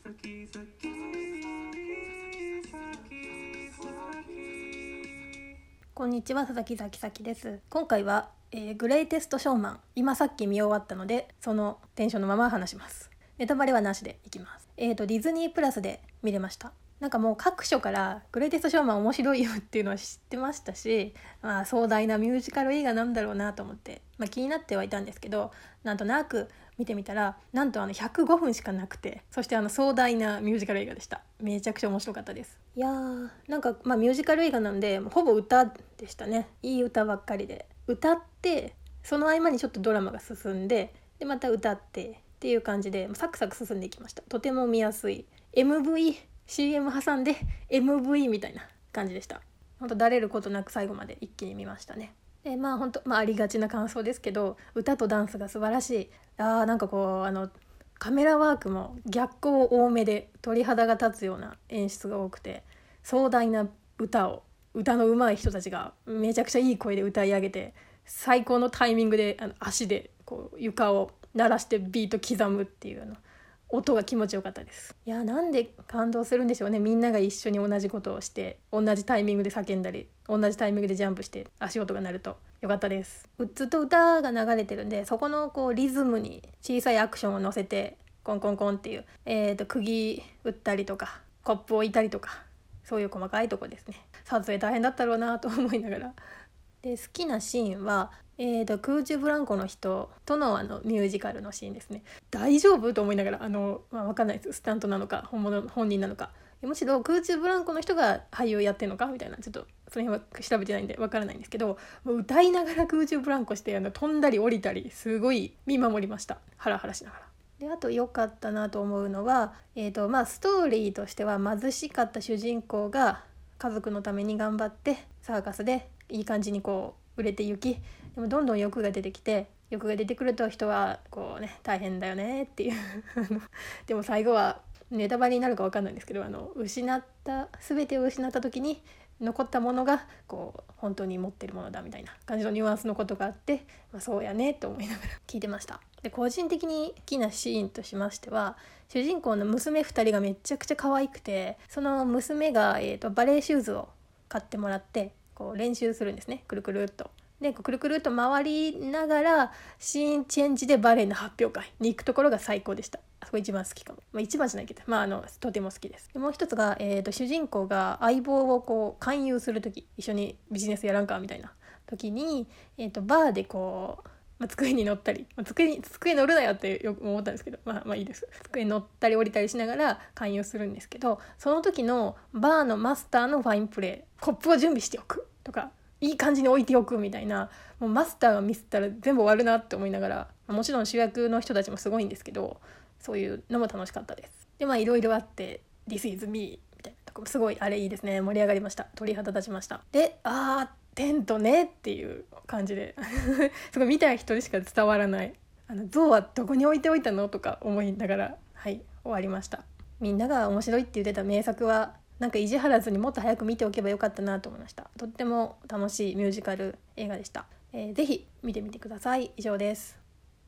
こんにちは、佐々木咲咲です。今回は、グレイテストショーマン、今さっき見終わったので、そのテンションのまま話します。ネタバレはなしでいきます。ディズニープラスで見れました。なんかもう各所からグレイテストショーマン面白いよっていうのは知ってましたし、壮大なミュージカル映画なんだろうなと思って、気になってはいたんですけど、なんとなく見てみたら、なんと105分しかなくて、そして壮大なミュージカル映画でした。めちゃくちゃ面白かったです。いやー、なんかミュージカル映画なんでほぼ歌でしたね。いい歌ばっかりで、歌ってその合間にちょっとドラマが進んで、でまた歌ってっていう感じでサクサク進んでいきました。とても見やすい CM 挟んで MV みたいな感じでした。本当だれることなく最後まで一気に見ましたね。で本当ありがちな感想ですけど、歌とダンスが素晴らしい。なんかこうカメラワークも逆光多めで鳥肌が立つような演出が多くて、壮大な歌の上手い人たちがめちゃくちゃいい声で歌い上げて、最高のタイミングで足でこう床を鳴らしてビート刻むっていう音が気持ちよかったです。いや、なんで感動するんでしょうね。みんなが一緒に同じことをして、同じタイミングで叫んだり、同じタイミングでジャンプして足音が鳴るとよかったです。ずっと歌が流れてるんで、そこのこうリズムに小さいアクションを乗せてコンコンコンっていう、釘打ったりとかコップ置いたりとか、そういう細かいとこですね。撮影大変だったろうなと思いながら。で好きなシーンは、空中ブランコの人とのミュージカルのシーンですね。大丈夫と思いながら分かんないです。スタントなのか本人なのか、むしろ空中ブランコの人が俳優やってるのかみたいな、ちょっとその辺は調べてないんで分からないんですけど、もう歌いながら空中ブランコして飛んだり降りたり、すごい見守りました。ハラハラしながら。であと良かったなと思うのは、ストーリーとしては貧しかった主人公が家族のために頑張ってサーカスでいい感じにこう売れていき、でもどんどん欲が出てきて、欲が出てくると人はこうね大変だよねっていうでも最後はネタバレになるか分かんないんですけど、全てを失った時に残ったものがこう本当に持ってるものだみたいな感じのニュアンスのことがあって、そうやねと思いながら聞いてました。で個人的に好きなシーンとしましては、主人公の娘2人がめちゃくちゃ可愛くて、その娘が、バレーシューズを買ってもらってこう練習するんですね。くるくるっとでくるくるっと回りながらシーンチェンジでバレエの発表会に行くところが最高でした。あそこ一番好きかも。一番じゃないけど、とても好きです。でもう一つが、主人公が相棒をこう勧誘する時、一緒にビジネスやらんかみたいな時に、バーでこう、机に乗ったり、机乗るなよってよく思ったんですけど、いいです。机に乗ったり降りたりしながら勧誘するんですけど、その時のバーのマスターのファインプレー、コップを準備しておくとか、いい感じに置いておくみたいな、もうマスターがミスったら全部終わるなって思いながら、もちろん主役の人たちもすごいんですけど、そういうのも楽しかったです。でいろいろあって This is me みたいなとこもすごいあれいいですね。盛り上がりました。鳥肌立ちました。でテントねっていう感じですごい見た人にしか伝わらない、像はどこに置いておいたのとか思いながら終わりました。みんなが面白いって言ってた名作はなんか意地張らずにもっと早く見ておけばよかったなと思いました。とっても楽しいミュージカル映画でした。ぜひ見てみてください。以上です。